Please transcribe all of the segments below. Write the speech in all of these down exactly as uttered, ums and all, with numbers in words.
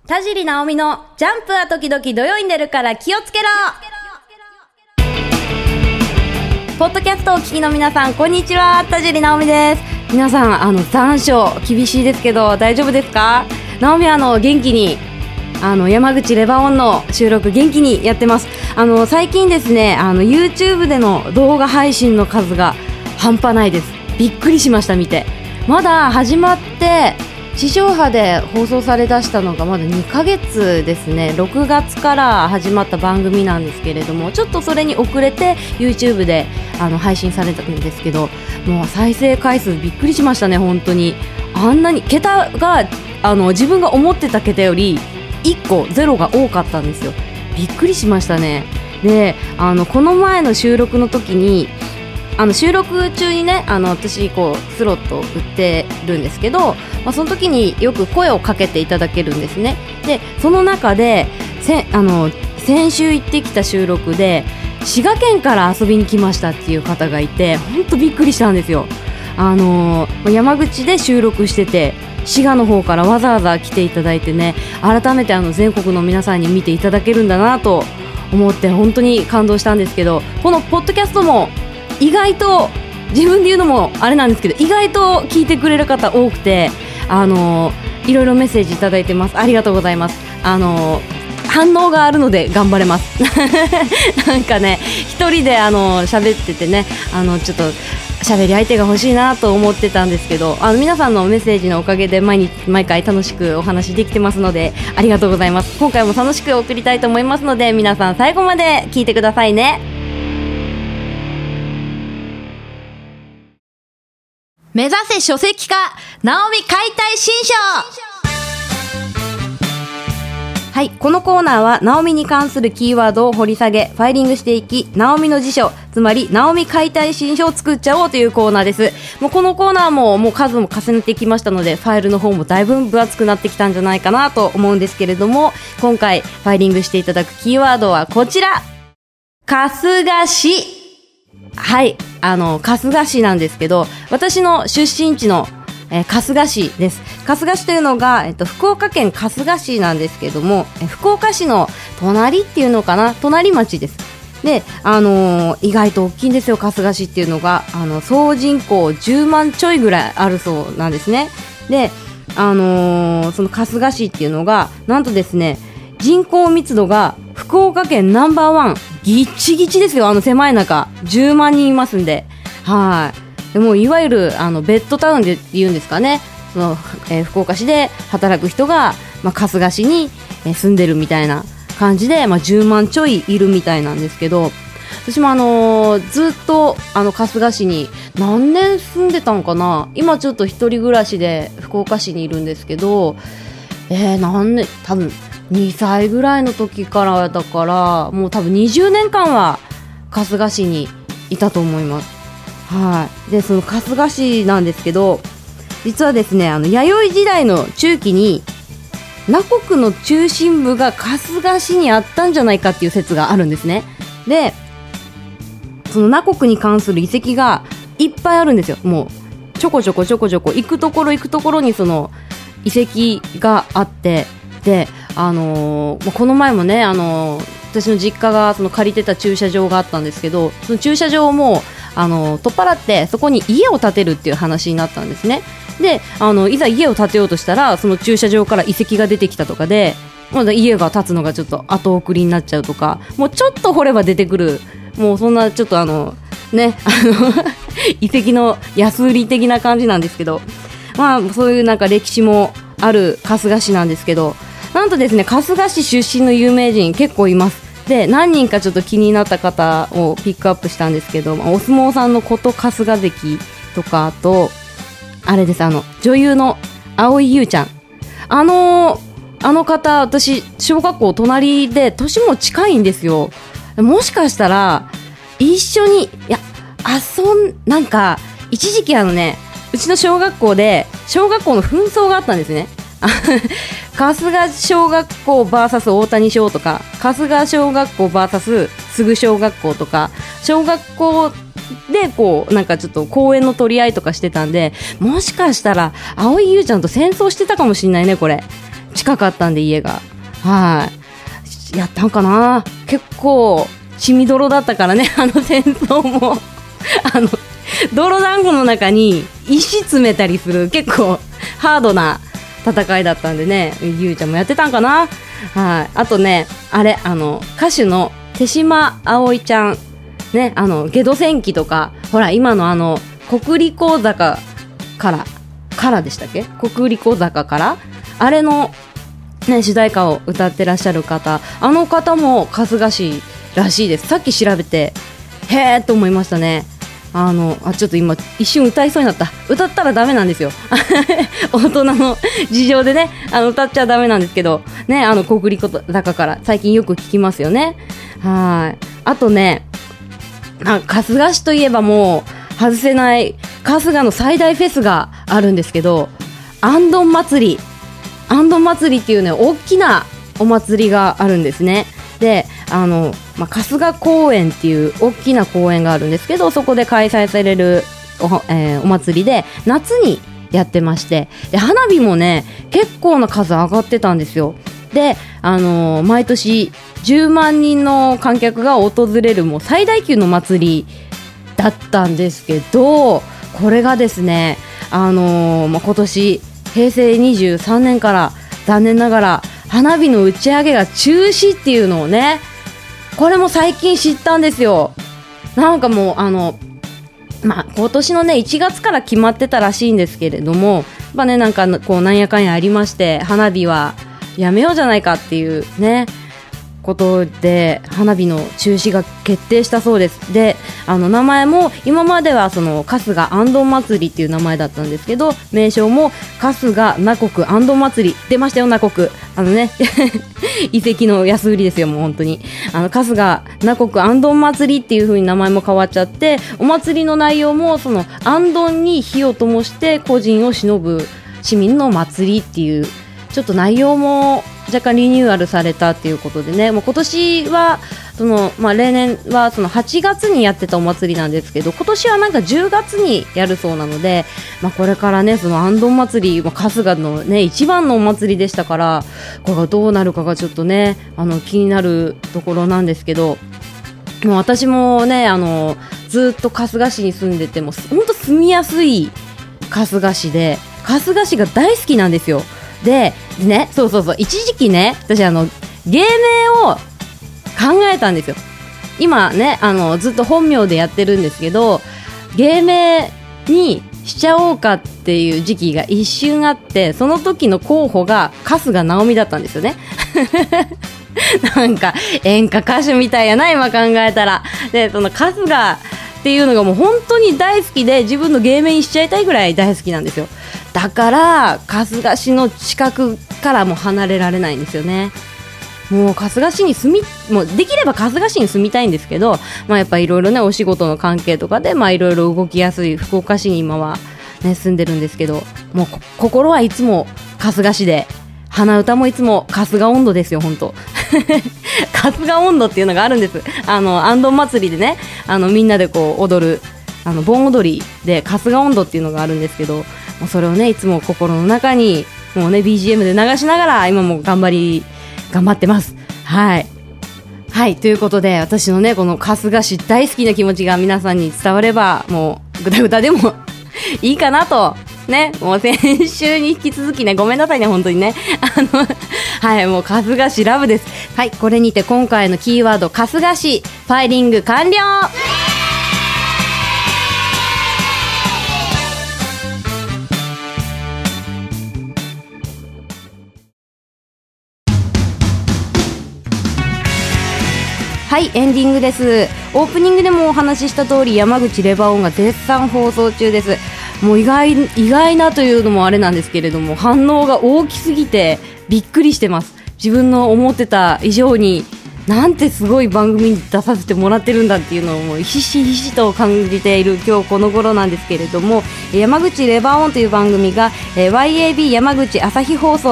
田尻直美のジャンプは時々土曜に出るから気をつけろ。ポッドキャストをお聞きの皆さん、こんにちは。田尻直美です。皆さん、あの残暑厳しいですけど大丈夫ですか？直美はあの元気にあの山口レバオンの収録元気にやってます。あの最近ですね、あの YouTube での動画配信の数が半端ないです。びっくりしました。見てまだ始まって地上波で放送されだしたのがまだにかげつですね。ろくがつから始まった番組なんですけれども、ちょっとそれに遅れて YouTube であの配信されたんですけど、もう再生回数びっくりしましたね。本当にあんなに桁があの自分が思ってた桁よりいっこゼロが多かったんですよ。びっくりしましたね。で、あのこの前の収録の時にあの収録中にね、あの私こうスロットを売ってるんですけど、まあ、その時によく声をかけていただけるんですね。でその中でせあの先週行ってきた収録で滋賀県から遊びに来ましたっていう方がいて、本当びっくりしたんですよ。あの山口で収録してて滋賀の方からわざわざ来ていただいてね、改めてあの全国の皆さんに見ていただけるんだなと思って本当に感動したんですけど、このポッドキャストも意外と自分で言うのもあれなんですけど、意外と聞いてくれる方多くて、あのいろいろメッセージいただいてます。ありがとうございます。あの反応があるので頑張れますなんかね、一人であの喋っててね、あのちょっと喋り相手が欲しいなと思ってたんですけど、あの皆さんのメッセージのおかげで毎日毎回楽しくお話できてますので、ありがとうございます。今回も楽しく送りたいと思いますので、皆さん最後まで聞いてくださいね。目指せ書籍化、直美解体新書。はい、このコーナーは直美に関するキーワードを掘り下げファイリングしていき、直美の辞書、つまり直美解体新書を作っちゃおうというコーナーです。もうこのコーナーももう数も重ねてきましたので、ファイルの方もだいぶ分厚くなってきたんじゃないかなと思うんですけれども、今回ファイリングしていただくキーワードはこちら、春日市。はい、あの春日市なんですけど、私の出身地の、えー、春日市です。春日市というのが、えっと、福岡県春日市なんですけども、え福岡市の隣っていうのかな、隣町です。で、あのー、意外と大きいんですよ。春日市っていうのがあの総人口じゅうまんちょいぐらいあるそうなんですね。で、あのー、その春日市っていうのがなんとですね、人口密度が福岡県ナンバーワン、ギッチギチですよ。あの狭い中じゅうまんにんいますんで、はい。でもいわゆるあのベッドタウンで言うんですかね、その、えー、福岡市で働く人が、まあ、春日市に、えー、住んでるみたいな感じで、まあ、じゅうまんちょいいるみたいなんですけど、私もあのー、ずっとあの春日市に何年住んでたんかな。今ちょっと一人暮らしで福岡市にいるんですけど、えー、何年、多分にさいぐらいの時からだから、もう多分にじゅうねんかんは春日市にいたと思います。はい。で、その春日市なんですけど、実はですね、あの弥生時代の中期に儺国の中心部が春日市にあったんじゃないかっていう説があるんですね。で、その儺国に関する遺跡がいっぱいあるんですよ。もうちょこちょこちょこちょこ行くところ行くところにその遺跡があって、で、あのー、この前もね、あのー、私の実家がその借りてた駐車場があったんですけど、その駐車場も、あのー、取っ払ってそこに家を建てるっていう話になったんですね。で、あのいざ家を建てようとしたら、その駐車場から遺跡が出てきたとかで、まだ家が建つのがちょっと後送りになっちゃうとか、もうちょっと掘れば出てくる、もうそんなちょっとあのね、あの遺跡の安売り的な感じなんですけど、まあそういうなんか歴史もある春日市なんですけど、なんとですね、春日市出身の有名人結構います。で、何人かちょっと気になった方をピックアップしたんですけど、お相撲さんの琴春日関とか、あとあれです、あの女優の蒼井優ちゃん、あのあの方、私小学校隣で年も近いんですよ。もしかしたら一緒に、いや、遊んなんか一時期あのね、うちの小学校で小学校の紛争があったんですね。春日小学校 ブイエス 大谷小とか、春日小学校 ブイエス すぐ小学校とか、小学校でこうなんかちょっと公園の取り合いとかしてたんで、もしかしたら蒼井優ちゃんと戦争してたかもしれないね、これっ近かったんで家が、はい、やったんかな。結構血みどろだったからね、あの戦争もあの泥団子の中に石詰めたりする結構ハードな戦いだったんでね、ゆうちゃんもやってたんかな。はい、あとね、あれ、あの歌手の手島葵ちゃんね、あのゲド戦記とか、ほら今のあの国立講坂からからでしたっけ、国立講坂からあれの、ね、主題歌を歌ってらっしゃる方、あの方も春日市らしいです。さっき調べてへーと思いましたね。あのあちょっと今一瞬歌いそうになった。歌ったらダメなんですよ大人の事情でね、あの歌っちゃダメなんですけどね、あの国立講坂から最近よく聞きますよね。はい、あとね、あ春日市といえばもう外せない春日の最大フェスがあるんですけど、あんどん祭りあんどん祭りっていうね、大きなお祭りがあるんですね。で、あの、まあ、春日公園っていう大きな公園があるんですけど、そこで開催される お,、えー、お祭りで夏にやってまして、で花火もね結構な数上がってたんですよ。で、あのー、毎年じゅうまんにんの観客が訪れるもう最大級の祭りだったんですけど、これがですね、あのーまあ、今年へいせいにじゅうさんねんから残念ながら花火の打ち上げが中止っていうのをね、これも最近知ったんですよ。なんかもうあの、まあ、今年のねいちがつから決まってたらしいんですけれども、まあね、なんかこうなんやかんやありまして、花火はやめようじゃないかっていうねことで花火の中止が決定したそうです。で、あの名前も今まではその春日あんどん祭りっていう名前だったんですけど、名称も春日名国あんどん祭り、出ましたよ名国、あのね遺跡の安売りですよ、もう本当にあの春日名国あんどん祭りっていう風に名前も変わっちゃって、お祭りの内容もそのあんどんに火を灯して故人を偲ぶ市民の祭りっていう、ちょっと内容も若干リニューアルされたっていうことでね、もう今年はその、まあ、例年はそのはちがつにやってたお祭りなんですけど、今年はなんかじゅうがつにやるそうなので、まあ、これからねそのあんどん祭り、まあ、春日のね一番のお祭りでしたから、これがどうなるかがちょっとねあの気になるところなんですけど、もう私もねあのずっと春日市に住んでても本当住みやすい春日市で、春日市が大好きなんですよ。でね、そうそうそう、一時期ね私あの芸名を考えたんですよ。今ねあのずっと本名でやってるんですけど、芸名にしちゃおうかっていう時期が一瞬あって、その時の候補が春日直美だったんですよねなんか演歌歌手みたいやな今考えたら。でその春日っていうのがもう本当に大好きで、自分の芸名にしちゃいたいぐらい大好きなんですよ。だから春日市の近くからも離れられないんですよね。もう春日市に住みもうできれば春日市に住みたいんですけど、まあ、やっぱいろいろねお仕事の関係とかでいろいろ動きやすい福岡市に今は、ね、住んでるんですけど、もう心はいつも春日市で、鼻歌もいつも春日音頭ですよ本当春日音頭っていうのがあるんです。あのあんどん祭りでね、あのみんなでこう踊るあの盆踊りで春日音頭っていうのがあるんですけど、もうそれをねいつも心の中にもうね ビージーエム で流しながら今も頑張り頑張ってます。はいはいということで、私のねこの春日市大好きな気持ちが皆さんに伝われば、もうぐだぐだでもいいかなとね、もう先週に引き続きねごめんなさいね本当にねあのはいもう春日市ラブです。はい、これにて今回のキーワード春日市ファイリング完了。はい、エンディングです。オープニングでもお話しした通り、山口レバーオンが絶賛放送中です。もう意外、意外なというのもあれなんですけれども、反応が大きすぎてびっくりしてます。自分の思ってた以上になんてすごい番組に出させてもらってるんだっていうのをもうひしひしと感じている今日この頃なんですけれども、山口レバーオンという番組が ワイエービー 山口朝日放送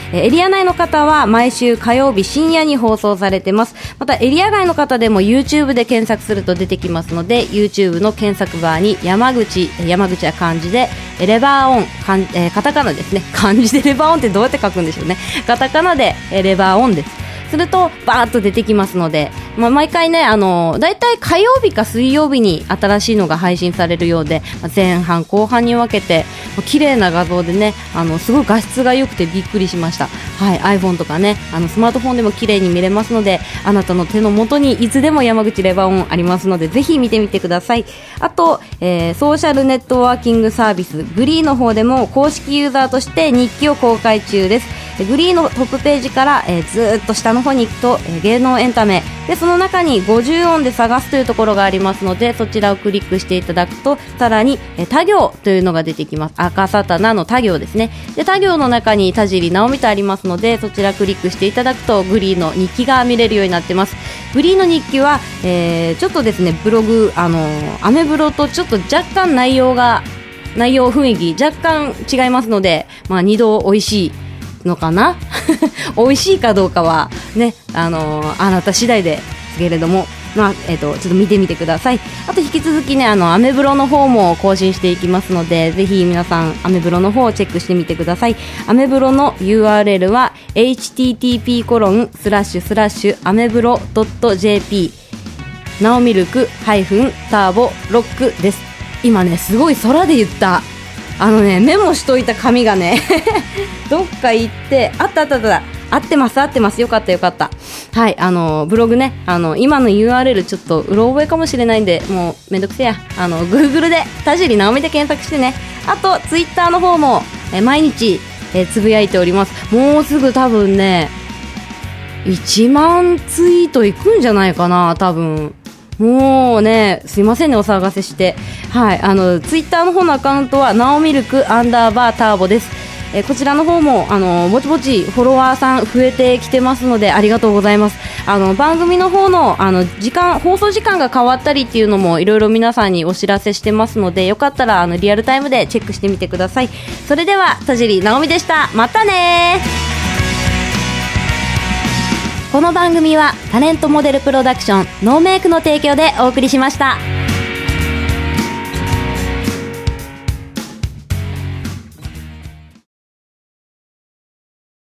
えー、エリア内の方は毎週火曜日深夜に放送されてます。またエリア外の方でも YouTube で検索すると出てきますので、 YouTube の検索バーに山口、山口は漢字でレバーオン、かん、えー、カタカナですね。漢字でレバーオンってどうやって書くんでしょうね。カタカナでレバーオンです。するとバーッと出てきますので、まあ、毎回ね、あのだいたい火曜日か水曜日に新しいのが配信されるようで、まあ、前半後半に分けて綺麗な画像でね、あのすごい画質が良くてびっくりしました。はい、iPhone とかね、あのスマートフォンでも綺麗に見れますので、あなたの手の元にいつでも山口レバーオンありますので、ぜひ見てみてください。あと、えー、ソーシャルネットワーキングサービスグリーの方でも公式ユーザーとして日記を公開中です。グリーのトップページから、えー、ずーっと下の方に行くと、えー、芸能エンタメで、その中にごじゅうおんで探すというところがありますので、そちらをクリックしていただくと、さらに、えー、他行というのが出てきます。赤さたなの他行ですね。で、他行の中に田尻直美とありますので、そちらクリックしていただくとグリーの日記が見れるようになってます。グリーの日記は、えー、ちょっとですね、ブログ、あのー、アメブロとちょっと若干内容が内容雰囲気若干違いますので、まあ、二度美味しいのかな美味しいかどうかはね、あのー、あなた次第ですけれども、まあえー、とちょっと見てみてください。あと引き続きね、あのアメブロの方も更新していきますので、ぜひ皆さんアメブロの方をチェックしてみてください。アメブロの ユーアールエル は エイチティーティーピーコロンスラッシュスラッシュアメブロドットジェーピー ナオミルクハイフンターボロックです。今ね、すごい空で言ったあのね、メモしといた紙がねどっか行って、あったあったあった合ってます合ってます、よかったよかった。はい、あのブログね、あの今の ユーアールエル ちょっとうろ覚えかもしれないんで、もうめんどくせえや、あの Google で田尻直美で検索してね。あと Twitter の方もえ毎日えつぶやいております。もうすぐ多分ねいちまんツイートいくんじゃないかな、多分。もうね、すいませんね、お騒がせして。はい、あのツイッターの方のアカウントはナオミルクアンダーバーターボです。えー、こちらの方もあのぼちぼちフォロワーさん増えてきてますので、ありがとうございます。あの番組の方のあの時間放送時間が変わったりっていうのもいろいろ皆さんにお知らせしてますので、よかったらあのリアルタイムでチェックしてみてください。それでは田尻直美でした。またね。この番組はタレントモデルプロダクションノーメイクの提供でお送りしました。